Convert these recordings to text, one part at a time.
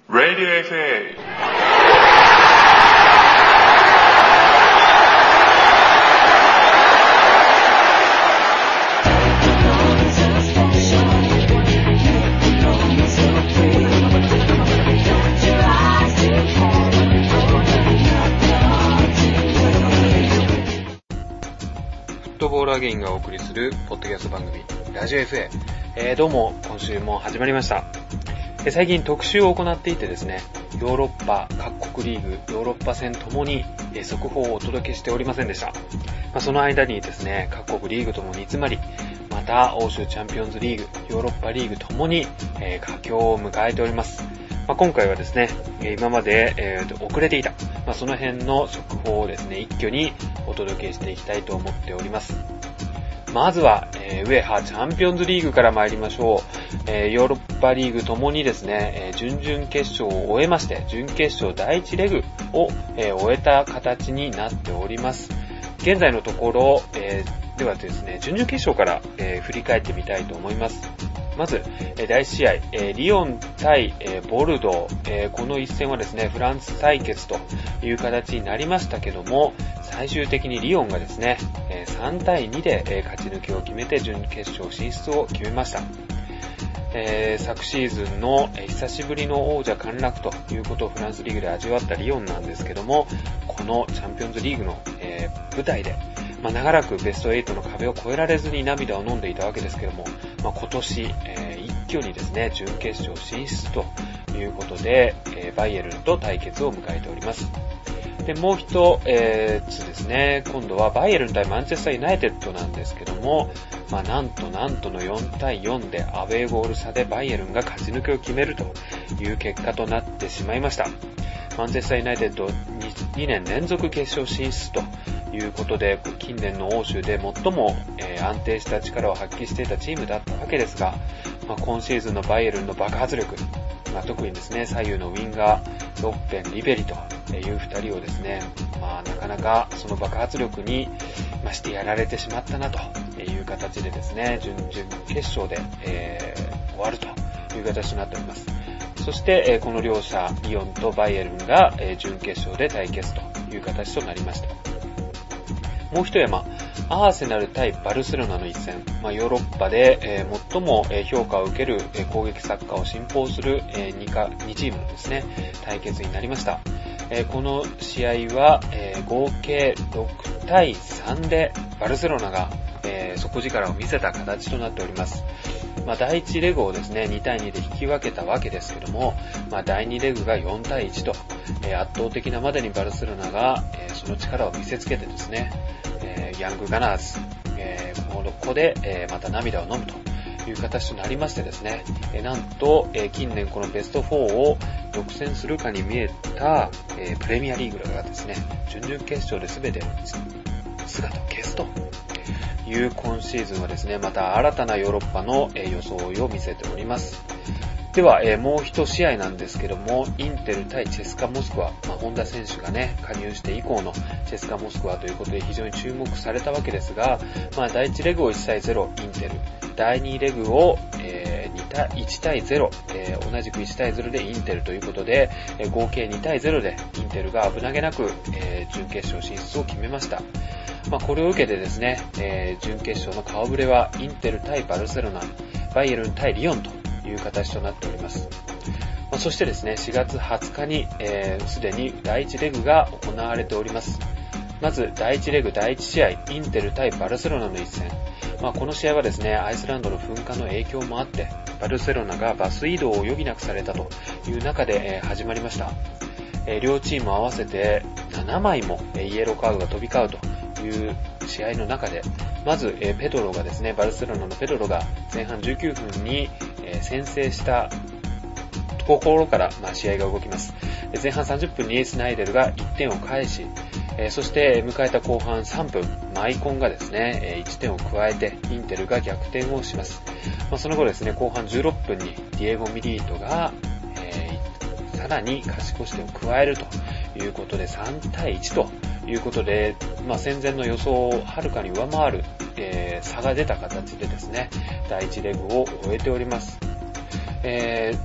Radio FA。 フットボールアゲインがお送りするポッドキャスト番組ラジオ FA、どうも今週も始まりました。最近特集を行っていてですね、ヨーロッパ各国リーグ、ヨーロッパ戦ともに速報をお届けしておりませんでした。その間にですね、各国リーグとも煮詰まり、また欧州チャンピオンズリーグ、ヨーロッパリーグともに佳境を迎えております。今回はですね、今まで遅れていた、その辺の速報をですね、一挙にお届けしていきたいと思っております。まずは、ウェハチャンピオンズリーグから参りましょう。ヨーロッパリーグともにですね、準々決勝を終えまして、準決勝第1レグを、終えた形になっております。現在のところ、ではですね、準々決勝から、振り返ってみたいと思います。まず、第1試合、リヨン対、ボルドー、この一戦はですね、フランス対決という形になりましたけども、最終的にリヨンがですね、3対2で、勝ち抜きを決めて準決勝進出を決めました。昨シーズンの、久しぶりの王者陥落ということをフランスリーグで味わったリヨンなんですけども、このチャンピオンズリーグの、舞台で、長らくベスト8の壁を越えられずに涙を飲んでいたわけですけども、今年、一挙にですね、準決勝進出ということで、バイエルンと対決を迎えております。で、もう一つですね、今度はバイエルン対マンチェスターユナイテッドなんですけども、なんとの4対4でアウェーゴール差でバイエルンが勝ち抜きを決めるという結果となってしまいました。マンチェスターユナイテッド 2年連続決勝進出ということで、近年の欧州で最も、安定した力を発揮していたチームだったわけですが、今シーズンのバイエルンの爆発力、特にですね、左右のウィンガー、ロッペン、リベリという2人をですね、なかなかその爆発力に、してやられてしまったなという形でですね、準々決勝で、終わるという形となっております。そして、この両者、リヨンとバイエルンが、準決勝で対決という形となりました。もう一山、アーセナル対バルセロナの一戦、ヨーロッパで、最も評価を受ける攻撃サッカーを信奉する2チームのですね、対決になりました。この試合は、合計6対3でバルセロナが、底力を見せた形となっております。第1レグをですね、2対2で引き分けたわけですけども、第2レグが4対1と、圧倒的なまでにバルセロナが、その力を見せつけてですね、ヤングガナーズ、ここで、また涙を飲むという形となりましてですね、なんと、近年このベスト4を独占するかに見えた、プレミアリーグがですね、準々決勝で全て姿を消すという今シーズンはですね、また新たなヨーロッパの装いを見せております。では、もう一試合なんですけども、インテル対チェスカモスクワ、本田選手がね、加入して以降のチェスカモスクワということで非常に注目されたわけですが、第1レグを1対0、インテル、第2レグを、1対0、同じく1対0でインテルということで、合計2対0でインテルが危なげなく、準決勝進出を決めました。これを受けてですね、準決勝の顔ぶれはインテル対バルセロナ、バイエルン対リヨンという形となっております。そしてですね、4月20日にすでに第1レグが行われております。まず第1レグ第1試合、インテル対バルセロナの一戦。この試合はですね、アイスランドの噴火の影響もあって、バルセロナがバス移動を余儀なくされたという中で、始まりました。両チーム合わせて7枚もイエローカードが飛び交うという試合の中で、まずペドロがですね、バルセロナのペドロが前半19分に先制したところから試合が動きます。前半30分にスナイデルが1点を返し、そして迎えた後半3分、マイコンがですね、1点を加えてインテルが逆転をします。その後ですね、後半16分にディエゴ・ミリートが、さらに勝ち越し点を加えるということで3対1ということで、戦前の予想をはるかに上回る、差が出た形でですね、第1レグを終えております。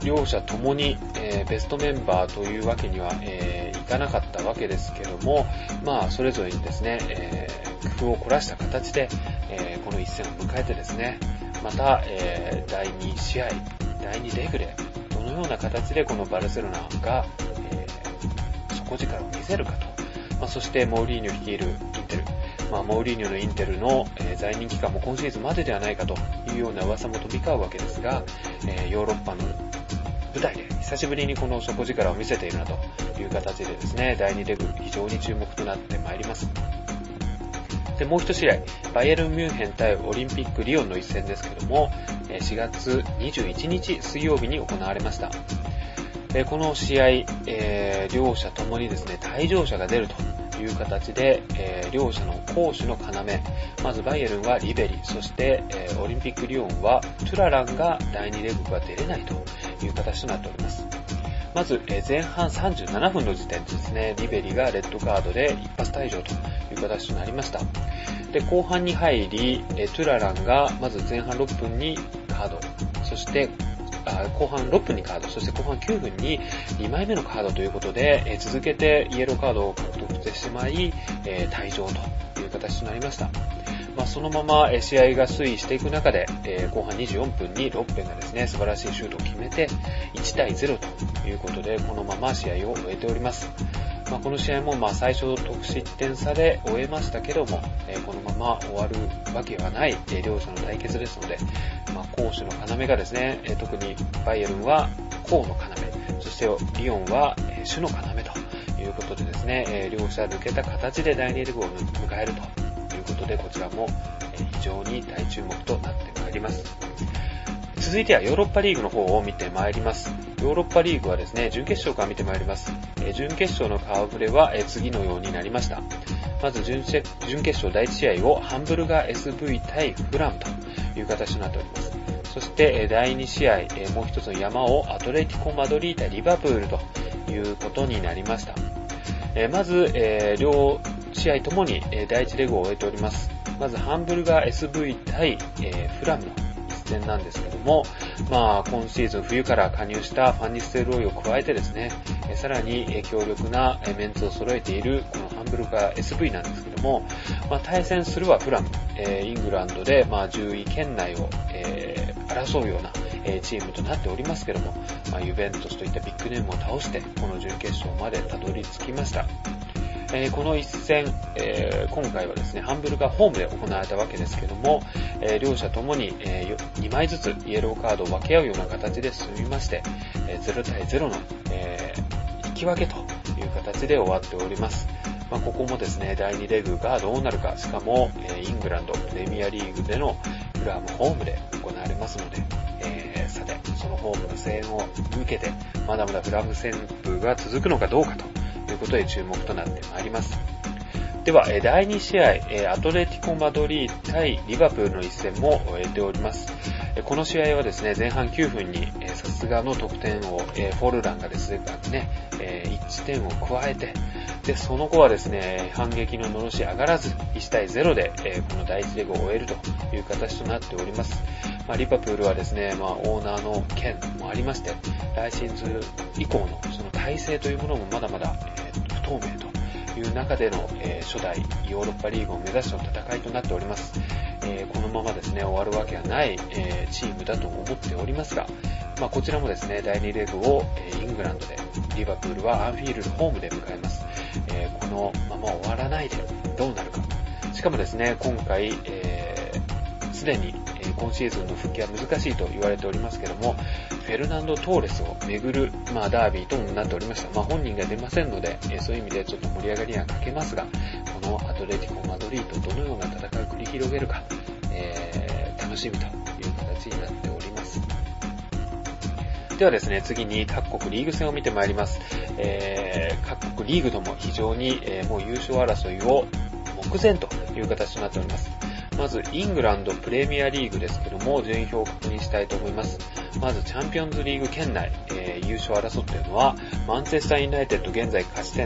両者ともに、ベストメンバーというわけには、いかなかったわけですけども、それぞれにですね、工夫を凝らした形で、この一戦を迎えてですね、また、第2試合、第2レグでどのような形でこのバルセロナが、底力を見せるかと、そしてモーリーニョ率いるインテル、モーリーニョのインテルの、在任期間も今シーズンまでではないかというような噂も飛び交うわけですが、ヨーロッパの舞台で久しぶりにこの底力を見せているなという形でですね、第2レグ非常に注目となってまいります。で、もう一試合、バイエルンミュンヘン対オリンピックリヨンの一戦ですけども、4月21日水曜日に行われました。この試合、両者ともにですね、退場者が出るという形で、両者の攻守の要、まずバイエルンはリベリ、そして、オリンピックリヨンはトゥラランが第2レグが出れないという形となっております。まず、前半37分の時点でですね、リベリがレッドカードで一発退場という形となりました。で、後半に入り、トゥラランがまず前半6分にカード、そして後半6分にカード、そして後半9分に2枚目のカードということで、続けてイエローカードを獲得してしまい、退場という形となりました。そのまま試合が推移していく中で、後半24分にロッペがですね、素晴らしいシュートを決めて1対0ということで、このまま試合を終えております。この試合も最初得失点差で終えましたけども、このまま終わるわけはない両者の対決ですので、攻守の要がですね、特にバイエルンは攻の要、そしてリヨンは守の要ということでですね、両者抜けた形で第2レグを迎えるということで、こちらも非常に大注目となってまいります。続いてはヨーロッパリーグの方を見てまいります。ヨーロッパリーグはですね、準決勝から見てまいります。準決勝の顔ぶれは次のようになりました。まず準決勝第1試合をハンブルガー SV 対フラムという形となっております。そして第2試合、もう一つの山をアトレティコマドリー対リバプールということになりました。まず、両試合ともに第1レグを終えております。まずハンブルガー SV 対フラムの一戦なんですけども、今シーズン冬から加入したファンニステルロイを加えてですね、さらに強力なメンツを揃えているこのハンブルガー SV なんですけども、対戦するはフラム、イングランドで10位圏内を争うようなチームとなっておりますけども、ユベントスといったビッグネームを倒してこの準決勝までたどり着きました。この一戦、今回はですね、ハンブルガーホームで行われたわけですけども、両者ともに、2枚ずつイエローカードを分け合うような形で進みまして、0対0の、引き分けという形で終わっております。ここもですね、第2レグがどうなるか、しかも、イングランドプレミアリーグでのフラムホームで行われますので、さて、そのホームの声援を受けて、まだまだフラム旋風が続くのかどうかということで注目となってまいります。では、第2試合、アトレティコマドリー対リバプールの一戦も終えております。この試合はですね、前半9分にさすがの得点をフォルランがですね、1点を加えて、で、その後はですね、反撃ののろし上がらず、1対0でこの第1レグを終えるという形となっております。リバプールはですね、オーナーの件もありまして、来シーズン以降のその体制というものもまだまだ不透明という中での初代ヨーロッパリーグを目指しての戦いとなっております。このままですね、終わるわけはないチームだと思っておりますが、こちらもですね、第2レグをイングランドで、リバプールはアンフィールドホームで迎えます。このまま終わらないでどうなるか。しかもですね、今回、すでに今シーズンの復帰は難しいと言われておりますけども、フェルナンド・トーレスをめぐる、ダービーともなっておりました。本人が出ませんので、そういう意味でちょっと盛り上がりは欠けますが、このアトレティコ・マドリーとどのような戦いを繰り広げるか、楽しみという形になっております。ではですね、次に各国リーグ戦を見てまいります。各国リーグとも非常に、もう優勝争いを目前という形となっております。まずイングランドプレミアリーグですけども、順位表を確認したいと思います。まずチャンピオンズリーグ圏内、優勝を争っているのはマンチェスターユナイテッド、現在勝ち点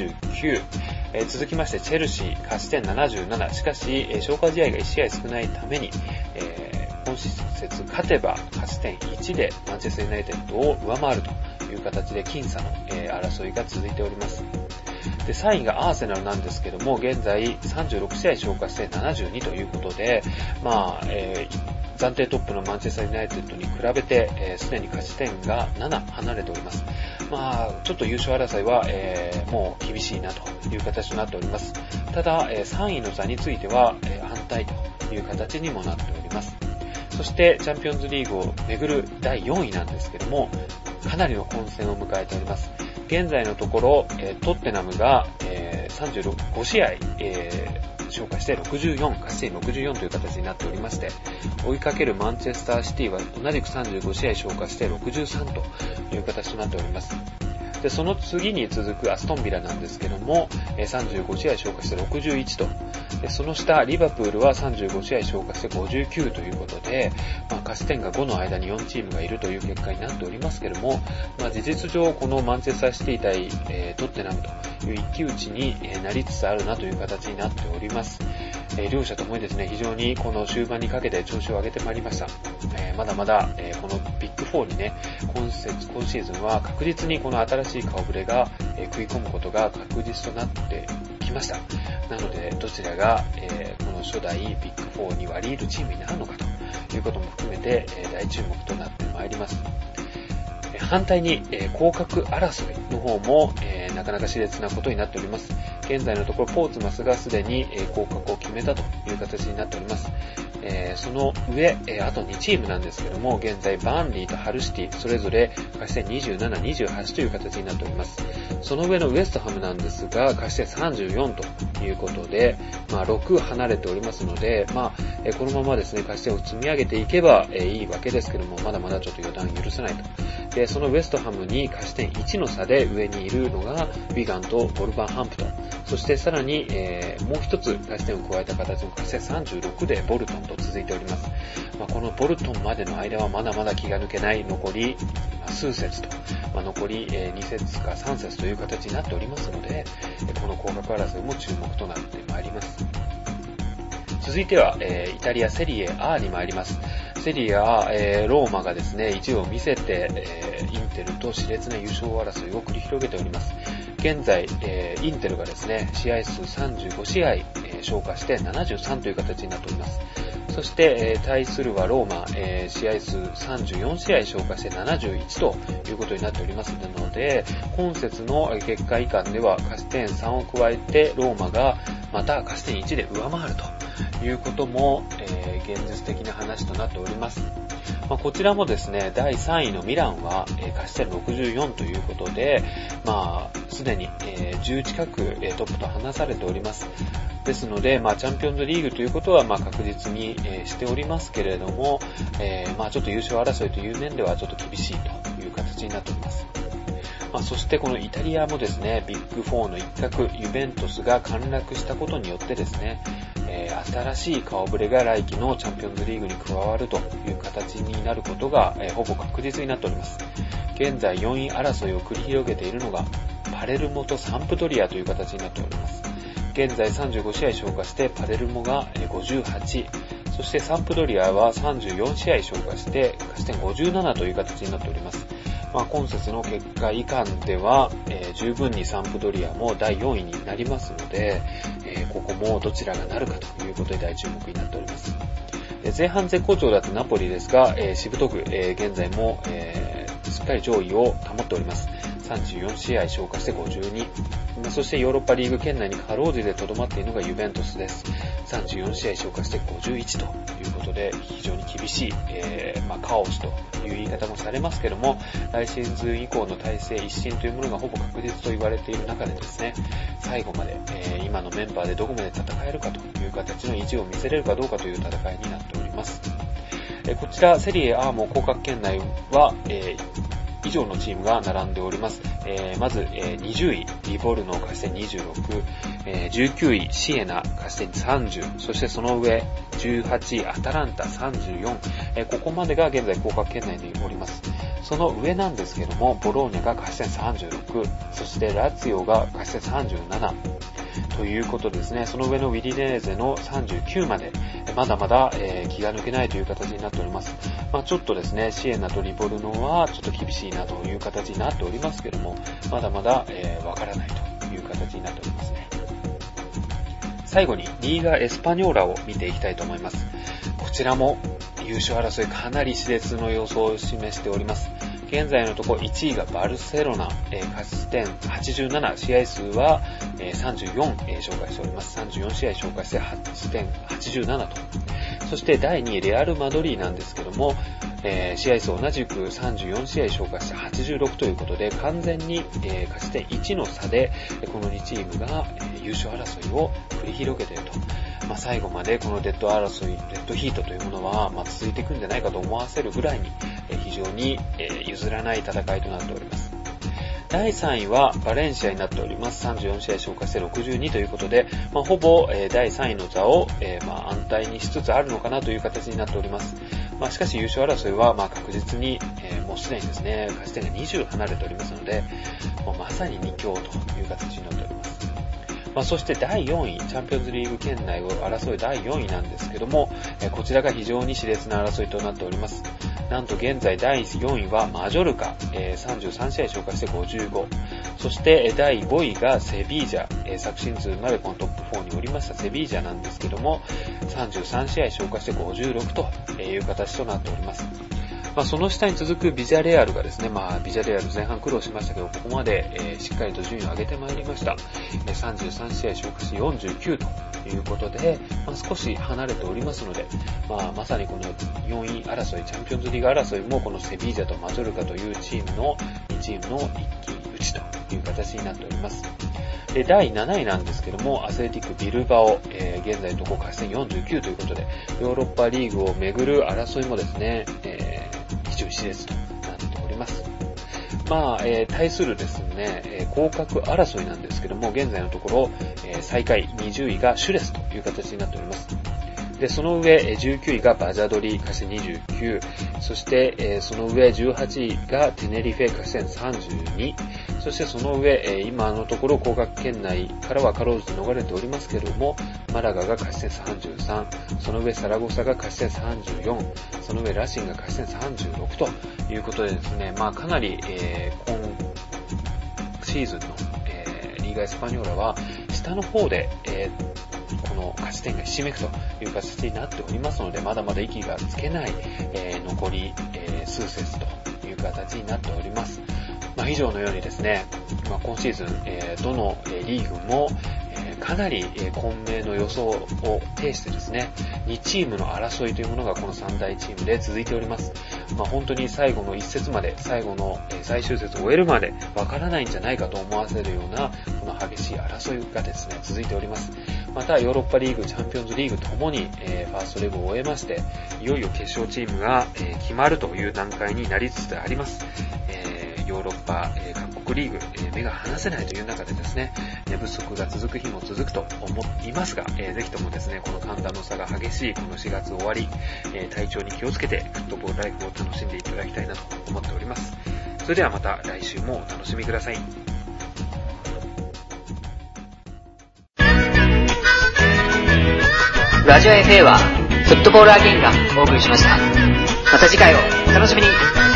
79、続きましてチェルシー勝ち点77、しかし消化試合が1試合少ないために、 今節勝てば勝ち点1でマンチェスターユナイテッドを上回るという形で僅差の、争いが続いております。で、3位がアーセナルなんですけども、現在36試合消化して72ということで、暫定トップのマンチェスターユナイテッドに比べて、すでに勝ち点が7離れております。ちょっと優勝争いは、もう厳しいなという形となっております。ただ、3位の座については、安泰という形にもなっております。そしてチャンピオンズリーグをめぐる第4位なんですけども、かなりの混戦を迎えております。現在のところ、トッテナムが、35試合、消化して64、勝ち点64という形になっておりまして、追いかけるマンチェスターシティは同じく35試合消化して63という形となっております。で、その次に続くアストンビラなんですけども、35試合消化して61と、でその下リバプールは35試合消化して59ということで、勝ち点が5の間に4チームがいるという結果になっておりますけども、事実上このマンチェスターシティ対、トッテナムという一騎打ちになりつつあるなという形になっております。両者ともにですね、非常にこの終盤にかけて調子を上げてまいりました。まだまだ、このビッグ4にね、今シーズンは確実にこの新しい顔ぶれが、食い込むことが確実となってきました。なので、どちらが、この初代ビッグ4に割り入るチームになるのかということも含めて、大注目となってまいります。反対に、降格争いの方も、なかなか熾烈なことになっております。現在のところポーツマスがすでに、降格を決めたという形になっております。その上、あと2チームなんですけども、現在バーンリーとハルシティそれぞれ勝ち点27、28という形になっております。その上のウエストハムなんですが、勝ち点34ということで、6離れておりますので、このままですね、勝ち点を積み上げていけば、いいわけですけども、まだまだちょっと予断許せないと。で、そのウエストハムに勝ち点1の差で上にいるのがウィガンとボルバーハンプトン。そしてさらに、もう一つ勝ち点を加えた形の勝ち点36でボルトンと続いております。このボルトンまでの間はまだまだ気が抜けない残り数節と、残り2節か3節という形になっておりますので、この降格争いも注目となってまいります。続いては、イタリアセリエ A に参ります。セリエ A、ローマがですね、意地を見せて、インテルと熾烈な優勝争いを繰り広げております。現在、インテルがですね、試合数35試合、消化して73という形になっております。そして、対するはローマ、試合数34試合消化して71ということになっておりますので、今節の結果以下では勝ち点3を加えてローマがまた勝ち点1で上回るということも、現実的な話となっております。こちらもですね、第3位のミランは、勝ち点64ということで、すでに、10近く、トップと離されております。ですので、チャンピオンズリーグということは、確実に、しておりますけれども、ちょっと優勝争いという面ではちょっと厳しいという形になっております。そしてこのイタリアもですね、ビッグ4の一角、ユベントスが陥落したことによってですね、新しい顔ぶれが来季のチャンピオンズリーグに加わるという形になることが、ほぼ確実になっております。現在4位争いを繰り広げているのがパレルモとサンプドリアという形になっております。現在35試合消化してパレルモが58、そしてサンプドリアは34試合消化して勝ち点57という形になっております。今節の結果以下では、十分にサンプドリアも第4位になりますので、ここもどちらがなるかということで大注目になっております。前半絶好調だったナポリですが、しぶとく、現在も、しっかり上位を保っております。34試合消化して52。そしてヨーロッパリーグ圏内にかろうじて留まっているのがユベントスです。34試合消化して51ということで、非常に厳しい、カオスという言い方もされますけども、来シーズン以降の体制一新というものがほぼ確実と言われている中でですね、最後まで、今のメンバーでどこまで戦えるかという形の意地を見せれるかどうかという戦いになっております。こちらセリエ A も降格圏内は、以上のチームが並んでおります。まず、20位、リボルノ勝ち点26、19位、シエナ勝ち点30、そしてその上、18位、アタランタ34、ここまでが現在降格圏内におります。その上なんですけども、ボローニャが勝ち点36、そしてラツィオが勝ち点37、ということですね。その上のウィリネーゼの39まで、 まだまだ、気が抜けないという形になっております。ちょっとですね、シエナとリボルノはちょっと厳しいなという形になっておりますけども、まだまだわからないという形になっておりますね。最後にリーガエスパニョーラを見ていきたいと思います。こちらも優勝争いかなり熾烈の予想を示しております。現在のところ1位がバルセロナ、勝ち点87、試合数は34、紹介しております。34試合紹介して勝ち点87と。そして第2位レアルマドリーなんですけども、試合数同じく34試合紹介して86ということで、完全に、勝ち点1の差でこの2チームが、優勝争いを繰り広げていると。最後までこのデッド争い、デッドヒートというものは、続いていくんじゃないかと思わせるぐらいに、非常に、譲らない戦いとなっております。第3位はバレンシアになっております。34試合消化して62ということで、ほぼ、第3位の座を、安泰にしつつあるのかなという形になっております。しかし優勝争いは、確実に、もうすでにですね、勝ち点が20離れておりますので、もうまさに2強という形になっております。そして第4位、チャンピオンズリーグ圏内を争う第4位なんですけども、こちらが非常に熾烈な争いとなっております。なんと現在第4位はマジョルカ、33試合消化して55。そして第5位がセビージャ、昨シーズンまでこのトップ4におりましたセビージャなんですけども、33試合消化して56という形となっております。その下に続くビジャレアルがですね、ビジャレアル前半苦労しましたけど、ここまで、しっかりと順位を上げてまいりました。33試合消化し49ということで、少し離れておりますので、まさにこの4位争い、チャンピオンズリーグ争いもこのセビージャとマジョルカというチームの2チームの一騎打ちという形になっております。で、第7位なんですけども、アスレティックビルバオ、現在のところ勝ち点49ということで、ヨーロッパリーグをめぐる争いもですね、非常に熾烈となっております。対するですね、降格争いなんですけども、現在のところ、最下位20位がシュレスという形になっております。で、その上、19位がバジャドリ、勝ち点29。そして、その上、18位がテネリフェ、勝ち点32。そしてその上、今のところ降格圏内からはかろうじて逃れておりますけれども、マラガが勝ち点33。その上、サラゴサが勝ち点34。その上、ラシンが勝ち点36ということでですね、かなり、今シーズンの、リーガエスパニョーラは、下の方で、この勝ち点がひしめくという形になっておりますので、まだまだ息がつけない、残り、数節という形になっております。以上のようにですね、今シーズン、どのリーグも、かなり混迷の予想を呈してですね、2チームの争いというものがこの3大チームで続いております。本当に最後の1節まで、最後の最終節を終えるまでわからないんじゃないかと思わせるようなこの激しい争いがですね、続いております。またヨーロッパリーグ、チャンピオンズリーグともに、ファーストレグを終えまして、いよいよ決勝チームが、決まるという段階になりつつあります。ヨーロッパ、各国リーグ、目が離せないという中でですね、寝不足が続く日も続くと思いますが、ぜひともですね、この寒暖の差が激しいこの4月終わり、体調に気をつけてフットボールライフを楽しんでいただきたいなと思っております。それではまた来週もお楽しみください。 ラジオ FA はフットボールアゲインがお送りしました。また次回をお楽しみに。